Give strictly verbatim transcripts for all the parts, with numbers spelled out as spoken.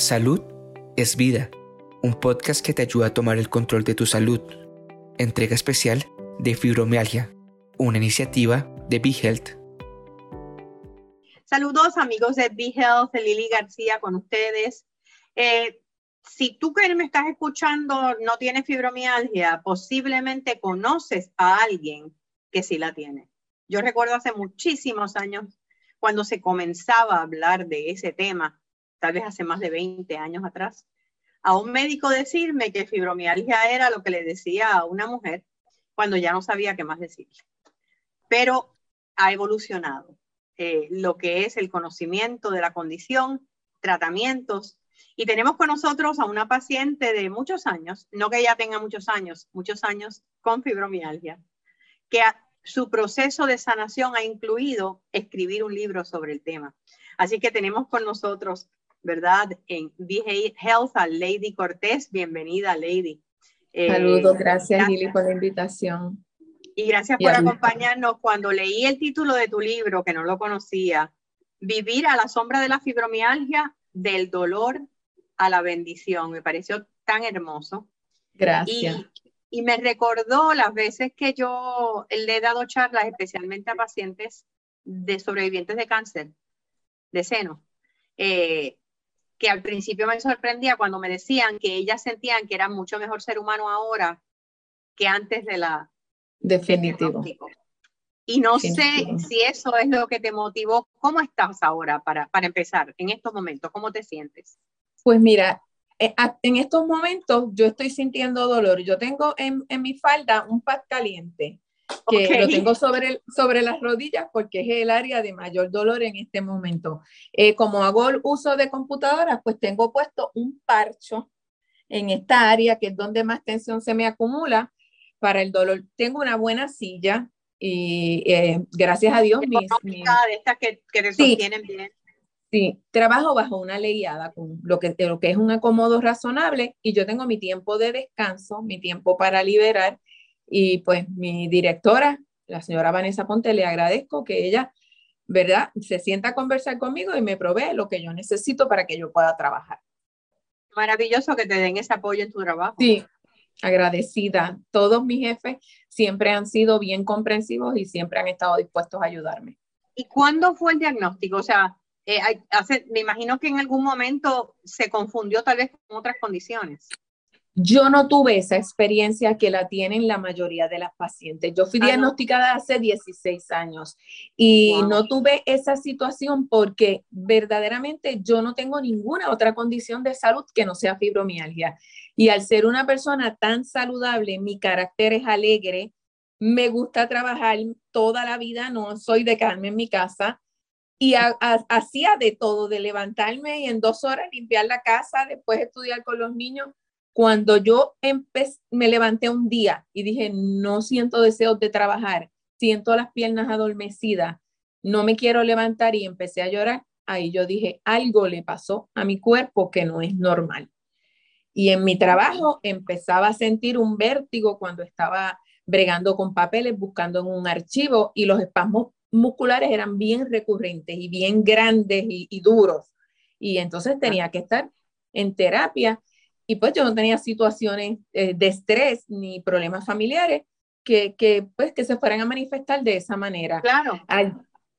Salud es vida, un podcast que te ayuda a tomar el control de tu salud. Entrega especial de fibromialgia, una iniciativa de Be Health. Saludos amigos de Be Health, Lili García con ustedes. Eh, si tú que me estás escuchando no tienes fibromialgia, posiblemente conoces a alguien que sí la tiene. Yo recuerdo hace muchísimos años cuando se comenzaba a hablar de ese tema, tal vez hace más de veinte años atrás, a un médico decirme que fibromialgia era lo que le decía a una mujer cuando ya no sabía qué más decirle. Pero ha evolucionado eh, lo que es el conocimiento de la condición, tratamientos, y tenemos con nosotros a una paciente de muchos años, no que ella tenga muchos años, muchos años con fibromialgia, que ha, su proceso de sanación ha incluido escribir un libro sobre el tema. Así que tenemos con nosotros, ¿verdad? En Be Health a Lady Cortés. Bienvenida, Lady. Eh, Saludos, gracias, gracias Lili por la invitación. Y gracias por acompañarnos. Cuando leí el título de tu libro, que no lo conocía, Vivir a la sombra de la fibromialgia, del dolor a la bendición, me pareció tan hermoso. Gracias. Y, y me recordó las veces que yo le he dado charlas, especialmente a pacientes de sobrevivientes de cáncer de seno, eh, que al principio me sorprendía cuando me decían que ellas sentían que eran mucho mejor ser humano ahora que antes de la Definitivo. Y no Definitivo. sé si eso es lo que te motivó. ¿Cómo estás ahora para, para empezar en estos momentos? ¿Cómo te sientes? Pues mira, en estos momentos yo estoy sintiendo dolor. Yo tengo en, en mi falda un pad caliente que okay. lo tengo sobre, sobre las rodillas porque es el área de mayor dolor en este momento. Eh, como hago el uso de computadoras, pues tengo puesto un parcho en esta área que es donde más tensión se me acumula para el dolor. Tengo una buena silla y eh, gracias a Dios mis, mis... de estas que, que te sostienen sí, bien. Sí, trabajo bajo una leyada con lo que, lo que es un acomodo razonable y yo tengo mi tiempo de descanso, mi tiempo para liberar y pues mi directora, la señora Vanessa Ponte, le agradezco que ella, ¿verdad?, se sienta a conversar conmigo y me provee lo que yo necesito para que yo pueda trabajar. Maravilloso que te den ese apoyo en tu trabajo. Sí, agradecida. Todos mis jefes siempre han sido bien comprensivos y siempre han estado dispuestos a ayudarme. ¿Y cuándo fue el diagnóstico? O sea, eh, hace, me imagino que en algún momento se confundió tal vez con otras condiciones. Yo no tuve esa experiencia que la tienen la mayoría de las pacientes. Yo fui ah, diagnosticada no. hace dieciséis años y wow. no tuve esa situación porque verdaderamente yo no tengo ninguna otra condición de salud que no sea fibromialgia. Y al ser una persona tan saludable, mi carácter es alegre, me gusta trabajar toda la vida, no soy de quedarme en mi casa. Y a, a, hacía de todo, de levantarme y en dos horas limpiar la casa, después estudiar con los niños. Cuando yo empecé, me levanté un día y dije, no siento deseos de trabajar, siento las piernas adormecidas, no me quiero levantar y empecé a llorar, ahí yo dije, algo le pasó a mi cuerpo que no es normal. Y en mi trabajo empezaba a sentir un vértigo cuando estaba bregando con papeles, buscando en un archivo y los espasmos musculares eran bien recurrentes y bien grandes y, y duros. Y entonces tenía que estar en terapia. Y pues yo no tenía situaciones eh, de estrés ni problemas familiares que, que, pues, que se fueran a manifestar de esa manera. Claro. Ay,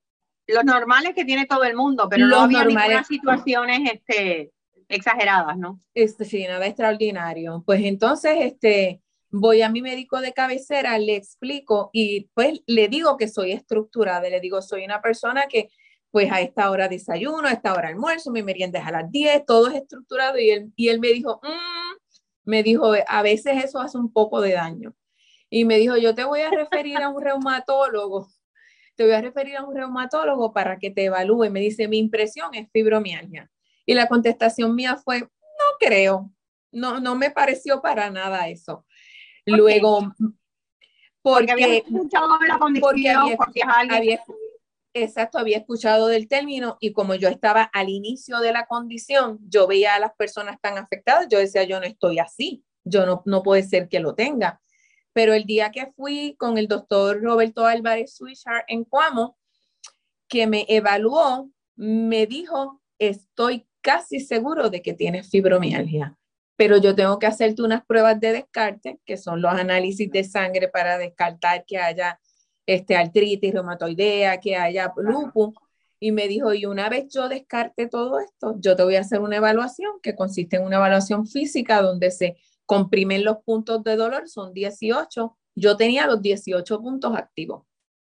los normales que tiene todo el mundo, pero no había normales, ninguna situaciones este, exageradas, ¿no? Este, sí, nada extraordinario. Pues entonces este, voy a mi médico de cabecera, le explico y pues le digo que soy estructurada. Le digo, soy una persona que pues a esta hora desayuno, a esta hora almuerzo, mi merienda es a las diez, todo es estructurado. Y él, y él me dijo, mmm, me dijo, a veces eso hace un poco de daño. Y me dijo, yo te voy a referir a un reumatólogo, te voy a referir a un reumatólogo para que te evalúe. Me dice, mi impresión es fibromialgia. Y la contestación mía fue, no creo, no, no me pareció para nada eso. ¿Por Luego, porque, porque había escuchado la condición, porque había, porque alguien... había Exacto, había escuchado del término y como yo estaba al inicio de la condición, yo veía a las personas tan afectadas, yo decía, yo no estoy así, yo no, no puede ser que lo tenga. Pero el día que fui con el doctor Roberto Álvarez Swisher en Cuamo, que me evaluó, me dijo, estoy casi seguro de que tienes fibromialgia, pero yo tengo que hacerte unas pruebas de descarte, que son los análisis de sangre para descartar que haya este, artritis reumatoidea, que haya lupus. Y me dijo, y una vez yo descarte todo esto, yo te voy a hacer una evaluación que consiste en una evaluación física donde se comprimen los puntos de dolor, son dieciocho. Yo tenía los dieciocho puntos activos.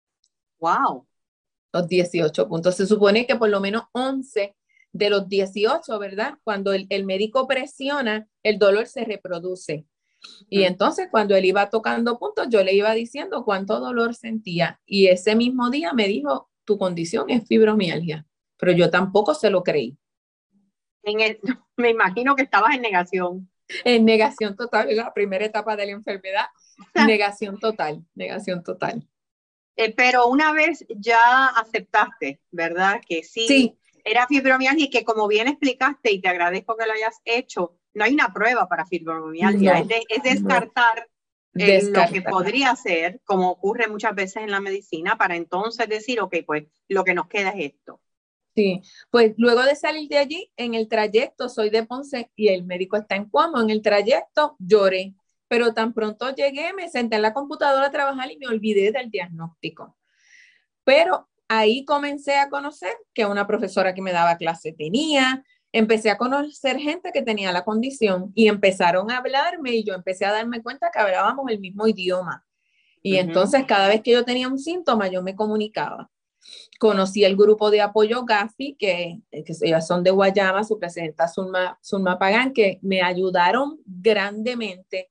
¡Wow! Los dieciocho puntos. Se supone que por lo menos once de los dieciocho, ¿verdad? Cuando el, el médico presiona, el dolor se reproduce. Y uh-huh. entonces cuando él iba tocando puntos, yo le iba diciendo cuánto dolor sentía. Y ese mismo día me dijo, tu condición es fibromialgia. Pero yo tampoco se lo creí. En el, me imagino que estabas en negación. En negación total, en la primera etapa de la enfermedad. Negación total, negación total. Eh, pero una vez ya aceptaste, ¿verdad? Que sí, sí, era fibromialgia y que como bien explicaste, y te agradezco que lo hayas hecho, no hay una prueba para fibromialgia, no, es, de, es descartar, no. eh, descartar lo que podría ser, como ocurre muchas veces en la medicina, para entonces decir, ok, pues lo que nos queda es esto. Sí, pues luego de salir de allí, en el trayecto, soy de Ponce y el médico está en Cuamo, en el trayecto lloré. Pero tan pronto llegué, me senté en la computadora a trabajar y me olvidé del diagnóstico. Pero ahí comencé a conocer que una profesora que me daba clase tenía, empecé a conocer gente que tenía la condición y empezaron a hablarme y yo empecé a darme cuenta que hablábamos el mismo idioma. Y uh-huh. entonces cada vez que yo tenía un síntoma, yo me comunicaba. Conocí el grupo de apoyo Gafi, que, que ellas son de Guayama, su presidenta Zulma, Zulma Pagán, que me ayudaron grandemente.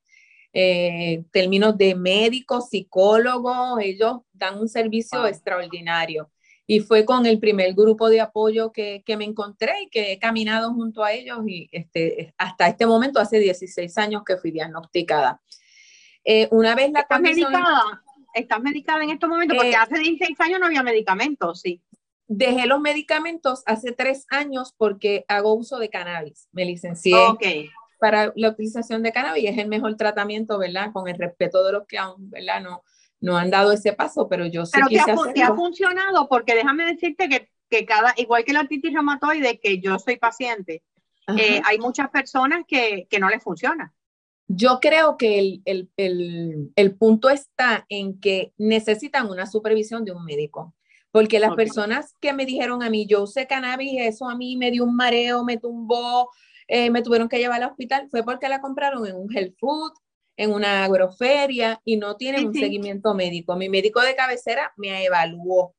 Eh, términos de médicos, psicólogos, ellos dan un servicio wow. extraordinario. Y fue con el primer grupo de apoyo que, que me encontré y que he caminado junto a ellos y este, hasta este momento, hace dieciséis años que fui diagnosticada. Eh, una vez la ¿Estás condición, medicada? ¿Estás medicada en estos momentos? Porque eh, hace dieciséis años no había medicamentos, sí. Dejé los medicamentos hace tres años porque hago uso de cannabis. Me licencié. Okay. Para la utilización de cannabis es el mejor tratamiento, ¿verdad? Con el respeto de los que aún, ¿verdad? No, no han dado ese paso, pero yo sí pero quise te ha, hacerlo. te ha funcionado, porque déjame decirte que, que cada, igual que la artritis reumatoide, que yo soy paciente, eh, hay muchas personas que, que no les funciona. Yo creo que el, el, el, el punto está en que necesitan una supervisión de un médico. Porque las okay. personas que me dijeron a mí, yo usé cannabis, eso a mí me dio un mareo, me tumbó, Eh, me tuvieron que llevar al hospital, fue porque la compraron en un health food, en una agroferia y no tienen sí, un sí. seguimiento médico. Mi médico de cabecera me evaluó.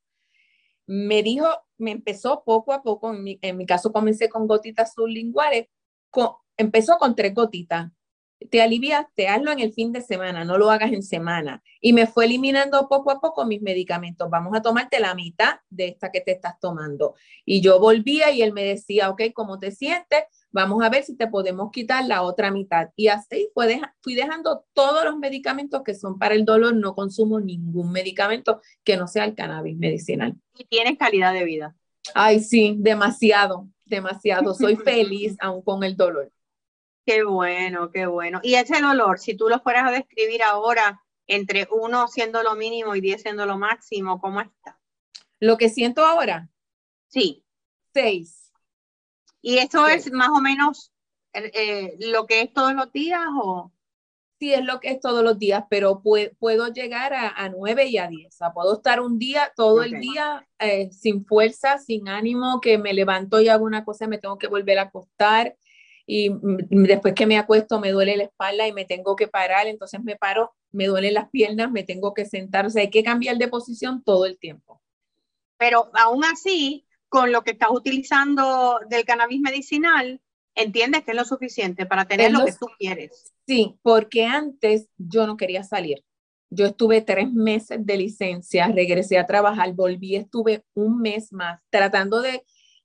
Me dijo, me empezó poco a poco, en mi, en mi caso comencé con gotitas sublinguales, con, empezó con tres gotitas. Te aliviaste, hazlo en el fin de semana, no lo hagas en semana. Y me fue eliminando poco a poco mis medicamentos. Vamos a tomarte la mitad de esta que te estás tomando. Y yo volvía y él me decía, ok, ¿cómo te sientes? Vamos a ver si te podemos quitar la otra mitad. Y así fue deja, fui dejando todos los medicamentos que son para el dolor. No consumo ningún medicamento que no sea el cannabis medicinal. Y tienes calidad de vida. Ay, sí, demasiado, demasiado. Soy feliz aún con el dolor. Qué bueno, qué bueno. Y ese dolor, si tú lo fueras a describir ahora, entre uno siendo lo mínimo y diez siendo lo máximo, ¿cómo está? ¿Lo que siento ahora? Sí. Seis. ¿Y eso sí. es más o menos eh, lo que es todos los días o...? Sí, es lo que es todos los días, pero puedo, puedo llegar a, a nueve y a diez. O sea, puedo estar un día, todo okay. el día, eh, sin fuerza, sin ánimo, que me levanto y hago una cosa y me tengo que volver a acostar. Y después que me acuesto me duele la espalda y me tengo que parar, entonces me paro, me duelen las piernas, me tengo que sentar, o sea, hay que cambiar de posición todo el tiempo. Pero aún así, con lo que estás utilizando del cannabis medicinal, entiendes que es lo suficiente para tener lo, lo que tú quieres. Sí, porque antes yo no quería salir. Yo estuve tres meses de licencia, regresé a trabajar, volví, estuve un mes más tratando de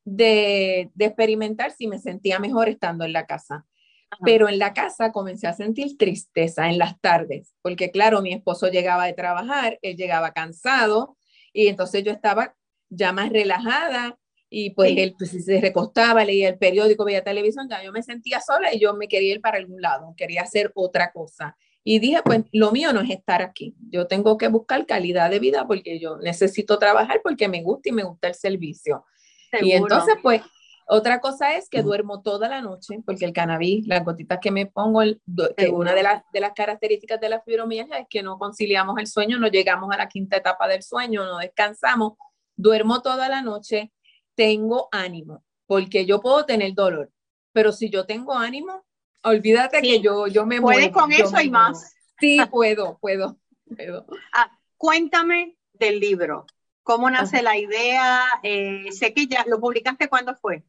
De, de experimentar si me sentía mejor estando en la casa. Ajá. Pero en la casa comencé a sentir tristeza en las tardes, porque claro, mi esposo llegaba de trabajar, él llegaba cansado y entonces yo estaba ya más relajada y pues sí. él pues, se recostaba, leía el periódico, veía televisión, ya yo me sentía sola y yo me quería ir para algún lado, quería hacer otra cosa. Y dije, pues lo mío no es estar aquí, yo tengo que buscar calidad de vida porque yo necesito trabajar porque me gusta y me gusta el servicio. Seguro. Y entonces, pues, Otra cosa es que duermo toda la noche, porque el cannabis, las gotitas que me pongo, el, eh, una de, la, de las características de la fibromialgia es que no conciliamos el sueño, no llegamos a la quinta etapa del sueño, no descansamos, duermo toda la noche, tengo ánimo, porque yo puedo tener dolor, pero si yo tengo ánimo, olvídate sí, que yo, yo me puedes muevo. Puedes con eso y muevo. Más. Sí, puedo, puedo, puedo. Ah, cuéntame del libro. ¿Cómo nace Ajá. la idea? Eh, sé que ya lo publicaste, ¿cuándo fue?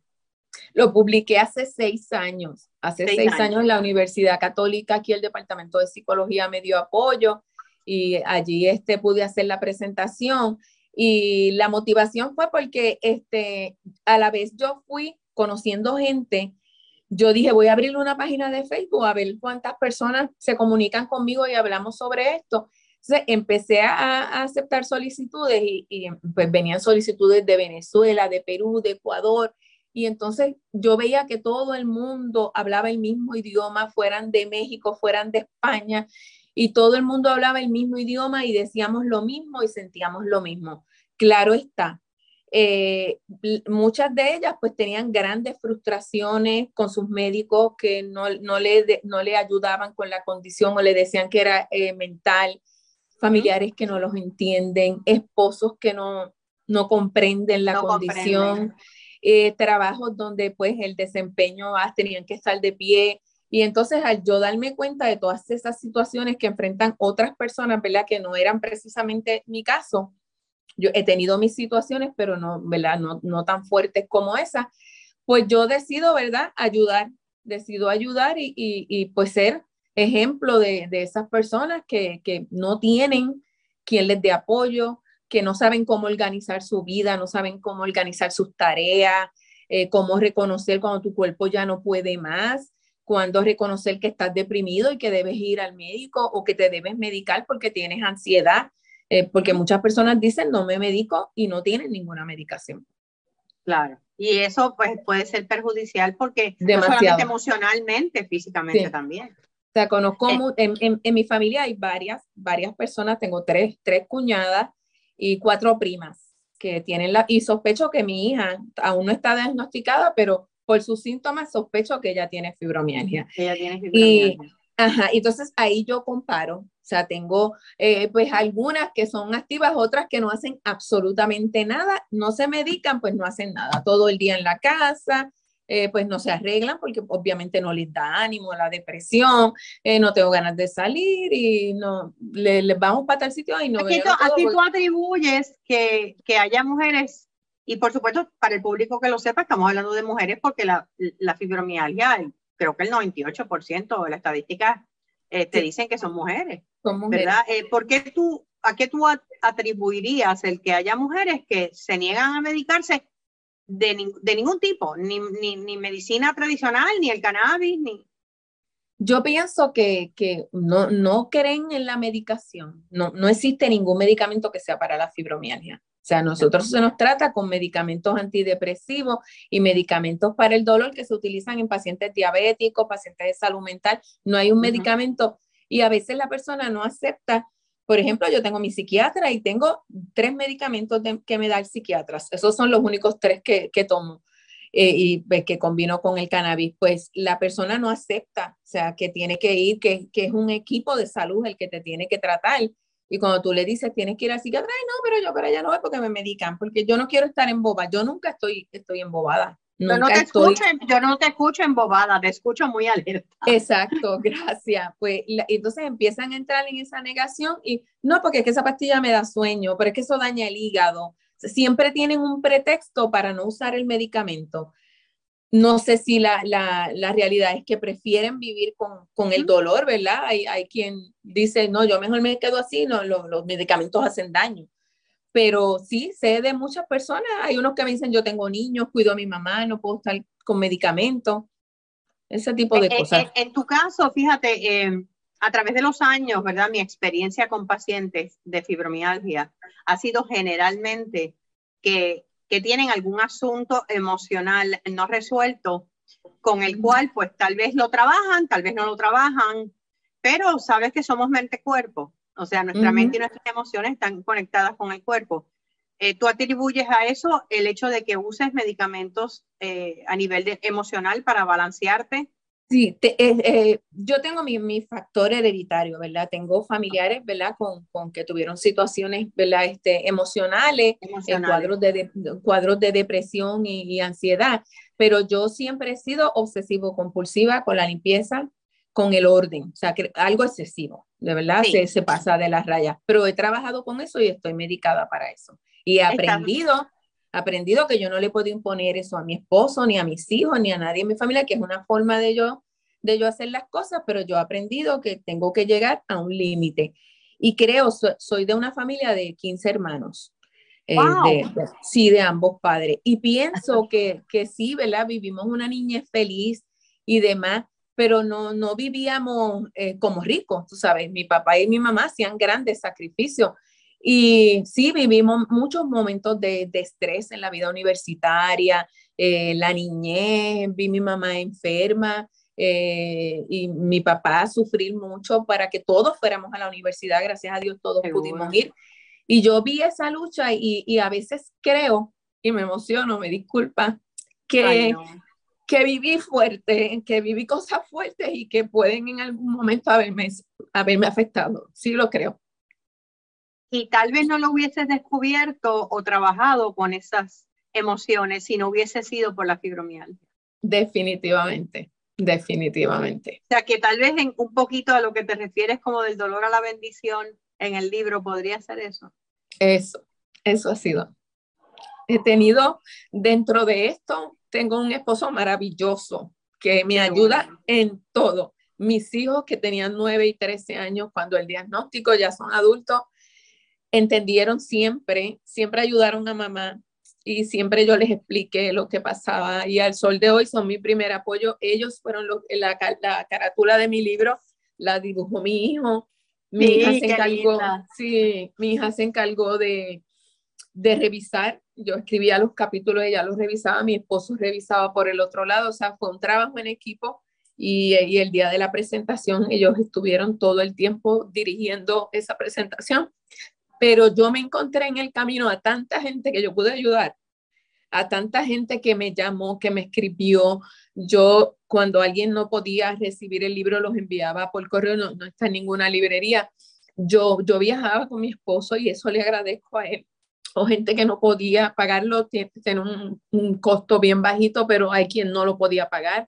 Lo publiqué hace seis años. Hace seis, seis años. años en la Universidad Católica, aquí el Departamento de Psicología me dio apoyo y allí este, pude hacer la presentación. Y la motivación fue porque este, a la vez yo fui conociendo gente. Yo dije, voy a abrir una página de Facebook a ver cuántas personas se comunican conmigo y hablamos sobre esto. Entonces empecé a, a aceptar solicitudes y, y pues venían solicitudes de Venezuela, de Perú, de Ecuador. Y entonces yo veía que todo el mundo hablaba el mismo idioma, fueran de México, fueran de España, y todo el mundo hablaba el mismo idioma y decíamos lo mismo y sentíamos lo mismo. Claro está. Eh, muchas de ellas pues tenían grandes frustraciones con sus médicos que no, no, le, de, no le ayudaban con la condición o le decían que era eh, mental, familiares que no los entienden, esposos que no, no comprenden la no condición, comprenden. Eh, trabajos donde pues el desempeño ah, tenían que estar de pie. Y entonces al yo darme cuenta de todas esas situaciones que enfrentan otras personas, ¿verdad? Que no eran precisamente mi caso, yo he tenido mis situaciones, pero no, ¿verdad? No, no tan fuertes como esas, pues yo decido, ¿verdad? Ayudar, decido ayudar y, y, y pues ser ejemplo de, de esas personas que, que no tienen quien les dé apoyo, que no saben cómo organizar su vida, no saben cómo organizar sus tareas, eh, cómo reconocer cuando tu cuerpo ya no puede más, cuándo reconocer que estás deprimido y que debes ir al médico o que te debes medicar porque tienes ansiedad. Eh, porque muchas personas dicen no me medico y no tienen ninguna medicación. Claro, y eso pues puede ser perjudicial porque demasiado. No solamente emocionalmente, físicamente sí. También. O sea, conozco, eh, en, en, en mi familia hay varias, varias personas, tengo tres, tres cuñadas y cuatro primas que tienen la, y sospecho que mi hija aún no está diagnosticada, pero por sus síntomas sospecho que ella tiene fibromialgia. Ella tiene fibromialgia. Y, ajá, entonces ahí yo comparo, o sea, tengo eh, pues algunas que son activas, otras que no hacen absolutamente nada, no se medican, pues no hacen nada, todo el día en la casa, eh, pues no se arreglan porque obviamente no les da ánimo, la depresión, eh, no tengo ganas de salir y no, les le vamos para tal sitio y no aquí, tú, aquí tú atribuyes que, que haya mujeres, y por supuesto para el público que lo sepa, estamos hablando de mujeres porque la, la fibromialgia, creo que el noventa y ocho por ciento de la estadística eh, te sí. dicen que son mujeres, son mujeres. ¿verdad? Eh, ¿por qué tú, ¿A qué tú atribuirías el que haya mujeres que se niegan a medicarse de, ni, de ningún tipo, ni, ni, ni medicina tradicional, ni el cannabis, ni... Yo pienso que, que no, no creen en la medicación, no, no existe ningún medicamento que sea para la fibromialgia. O sea, nosotros se nos trata con medicamentos antidepresivos y medicamentos para el dolor que se utilizan en pacientes diabéticos, pacientes de salud mental. No hay un uh-huh. medicamento y a veces la persona no acepta. Por ejemplo, yo tengo mi psiquiatra y tengo tres medicamentos de, que me da el psiquiatra. Esos son los únicos tres que, que tomo eh, y pues, que combino con el cannabis. Pues la persona no acepta, o sea, que tiene que ir, que, que es un equipo de salud el que te tiene que tratar. Y cuando tú le dices, tienes que ir al psiquiatra, ay, no, pero yo para allá no voy porque me medican, porque yo no quiero estar embobada. Yo nunca estoy, estoy embobada. Yo no, te estoy... escucho, yo no te escucho embobada, te escucho muy alerta. Exacto, gracias. Pues la, entonces empiezan a entrar en esa negación y no, porque es que esa pastilla me da sueño, pero es que eso daña el hígado. Siempre tienen un pretexto para no usar el medicamento. No sé si la, la, la realidad es que prefieren vivir con, con el dolor, ¿verdad? Hay, hay quien dice, no, yo mejor me quedo así, no, los, los medicamentos hacen daño. Pero sí, sé de muchas personas, hay unos que me dicen, yo tengo niños, cuido a mi mamá, no puedo estar con medicamentos, ese tipo de eh, cosas. Eh, en tu caso, fíjate, eh, a través de los años, ¿verdad? Mi experiencia con pacientes de fibromialgia ha sido generalmente que... que tienen algún asunto emocional no resuelto, con el cual pues tal vez lo trabajan, tal vez no lo trabajan, pero sabes que somos mente-cuerpo, o sea, nuestra uh-huh. mente y nuestras emociones están conectadas con el cuerpo. Eh, ¿Tú atribuyes a eso el hecho de que uses medicamentos eh, a nivel de, emocional para balancearte? Sí, te, eh, eh, yo tengo mi, mi factor hereditario, ¿verdad? Tengo familiares, ¿verdad? Con, con que tuvieron situaciones, ¿verdad? Este, emocionales, en Emocionales. cuadros de, de, cuadros de depresión y, y ansiedad, pero yo siempre he sido obsesivo-compulsiva con la limpieza, con el orden, o sea, que algo excesivo, de verdad, Sí. se, se pasa de las rayas, pero he trabajado con eso y estoy medicada para eso. Y he aprendido... Está aprendido que yo no le puedo imponer eso a mi esposo, ni a mis hijos, ni a nadie en mi familia, que es una forma de yo, de yo hacer las cosas, pero yo he aprendido que tengo que llegar a un límite. Y creo, so, soy de una familia de quince hermanos, Wow. eh, de, de, sí, de ambos padres. Y pienso que, que sí, ¿verdad? Vivimos una niñez feliz y demás, pero no, no vivíamos eh, como ricos, tú sabes, mi papá y mi mamá hacían grandes sacrificios. Y sí, vivimos muchos momentos de, de estrés en la vida universitaria, eh, la niñez, vi mi mamá enferma eh, y mi papá sufrir mucho para que todos fuéramos a la universidad, gracias a Dios todos Seguro. pudimos ir. Y yo vi esa lucha y, y a veces creo, y me emociono, me disculpa, que, Ay, no. que viví fuerte, que viví cosas fuertes y que pueden en algún momento haberme, haberme afectado, sí lo creo. Y tal vez no lo hubieses descubierto o trabajado con esas emociones si no hubiese sido por la fibromialgia. Definitivamente, definitivamente. O sea, que tal vez en un poquito a lo que te refieres como del dolor a la bendición en el libro, ¿podría ser eso? Eso, eso ha sido. He tenido dentro de esto, tengo un esposo maravilloso que me Qué ayuda bueno. en todo. Mis hijos que tenían nueve y trece años cuando el diagnóstico ya son adultos, entendieron siempre, siempre ayudaron a mamá y siempre yo les expliqué lo que pasaba y al sol de hoy son mi primer apoyo. Ellos fueron lo, la, la carátula de mi libro, la dibujó mi hijo. Mi Sí, hija se qué encargó, linda. sí, mi hija se encargó de, de revisar. Yo escribía los capítulos, ella los revisaba, mi esposo revisaba por el otro lado, o sea, fue un trabajo en equipo y, y el día de la presentación ellos estuvieron todo el tiempo dirigiendo esa presentación. Pero yo me encontré en el camino a tanta gente que yo pude ayudar, a tanta gente que me llamó, que me escribió. Yo, cuando alguien no podía recibir el libro, los enviaba por correo, no, no está en ninguna librería. Yo, yo viajaba con mi esposo y eso le agradezco a él. O gente que no podía pagarlo, tiene un, un costo bien bajito, pero hay quien no lo podía pagar.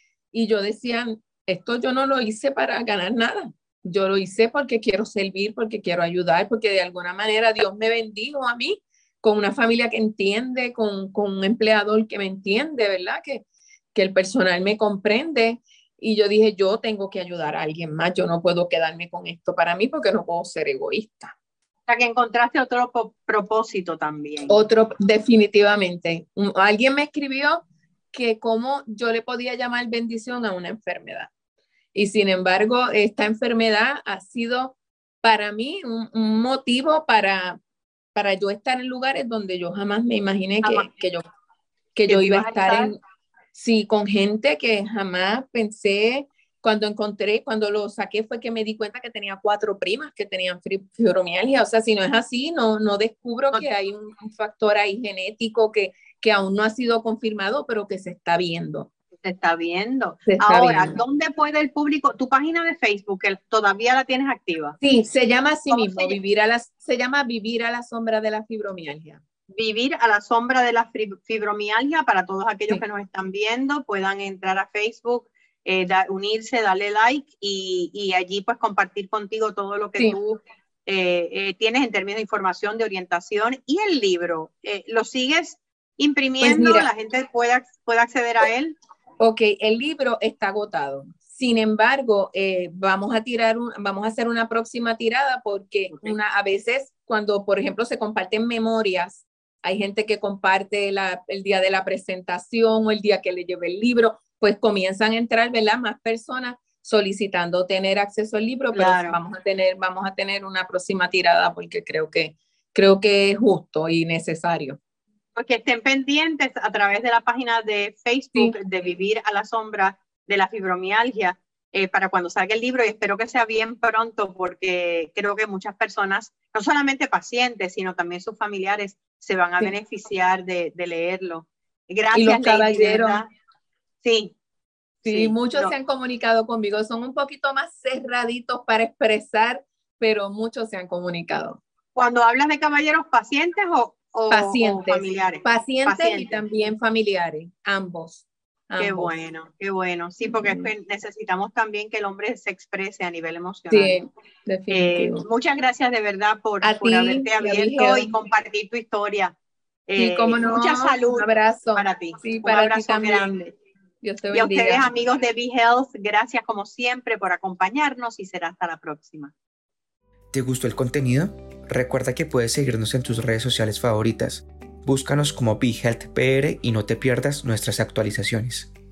Y yo decía, esto yo no lo hice para ganar nada. Yo lo hice porque quiero servir, porque quiero ayudar, porque de alguna manera Dios me bendijo a mí con una familia que entiende, con, con un empleador que me entiende, ¿verdad? Que, que el personal me comprende. Y yo dije, yo tengo que ayudar a alguien más, yo no puedo quedarme con esto para mí porque no puedo ser egoísta. O sea, que encontraste otro propósito también. Otro, definitivamente. Un, alguien me escribió que cómo yo le podía llamar bendición a una enfermedad. Y sin embargo, esta enfermedad ha sido para mí un, un motivo para, para yo estar en lugares donde yo jamás me imaginé que, que yo, que yo iba a estar, a estar en, sí, con gente que jamás pensé. Cuando encontré, cuando lo saqué fue que me di cuenta que tenía cuatro primas que tenían fibromialgia. O sea, si no es así, no, no descubro que hay un, un factor ahí genético que, que aún no ha sido confirmado, pero que se está viendo. Se está viendo. Se está Ahora, viendo. ¿dónde puede el público? Tu página de Facebook, que todavía la tienes activa. Sí, se llama así mismo, se, vivir a la, se llama Vivir a la sombra de la fibromialgia. Vivir a la sombra de la fibromialgia, para todos aquellos sí. que nos están viendo, puedan entrar a Facebook, eh, da, unirse, darle like y, y allí pues compartir contigo todo lo que sí. tú eh, eh, tienes en términos de información, de orientación. Y el libro, eh, ¿lo sigues imprimiendo? Pues mira, ¿la gente puede, puede acceder a él? Ok, el libro está agotado. Sin embargo, eh, vamos a tirar un, vamos a hacer una próxima tirada porque okay. una, a veces cuando, por ejemplo, se comparten memorias, hay gente que comparte la, el día de la presentación o el día que le lleve el libro, pues comienzan a entrar, ¿verdad? Más personas solicitando tener acceso al libro, claro. pero vamos a tener, vamos a tener una próxima tirada porque creo que, creo que es justo y necesario. Porque estén pendientes a través de la página de Facebook sí. de Vivir a la Sombra de la Fibromialgia. eh, para cuando salga el libro, y espero que sea bien pronto, porque creo que muchas personas, no solamente pacientes, sino también sus familiares, se van a sí. beneficiar de, de leerlo. Gracias, y los caballeros. Lady, sí, sí, sí, muchos no. se han comunicado conmigo, son un poquito más cerraditos para expresar, pero muchos se han comunicado. Cuando hablas de caballeros, ¿pacientes o, o, pacientes, o familiares? Pacientes, pacientes y también familiares, ambos. Qué ambos. bueno, qué bueno. Sí, porque mm. es que necesitamos también que el hombre se exprese a nivel emocional. Sí, definitivo. Eh, muchas gracias de verdad por, por ti, haberte abierto y compartir tu historia. Sí, eh, cómo no. Mucha salud. Un abrazo. Para ti. Sí, un para abrazo ti también. grande. Dios te bendiga. Y a ustedes, amigos de Be Health, gracias como siempre por acompañarnos y será hasta la próxima. ¿Te gustó el contenido? Recuerda que puedes seguirnos en tus redes sociales favoritas. Búscanos como Be Health P R y no te pierdas nuestras actualizaciones.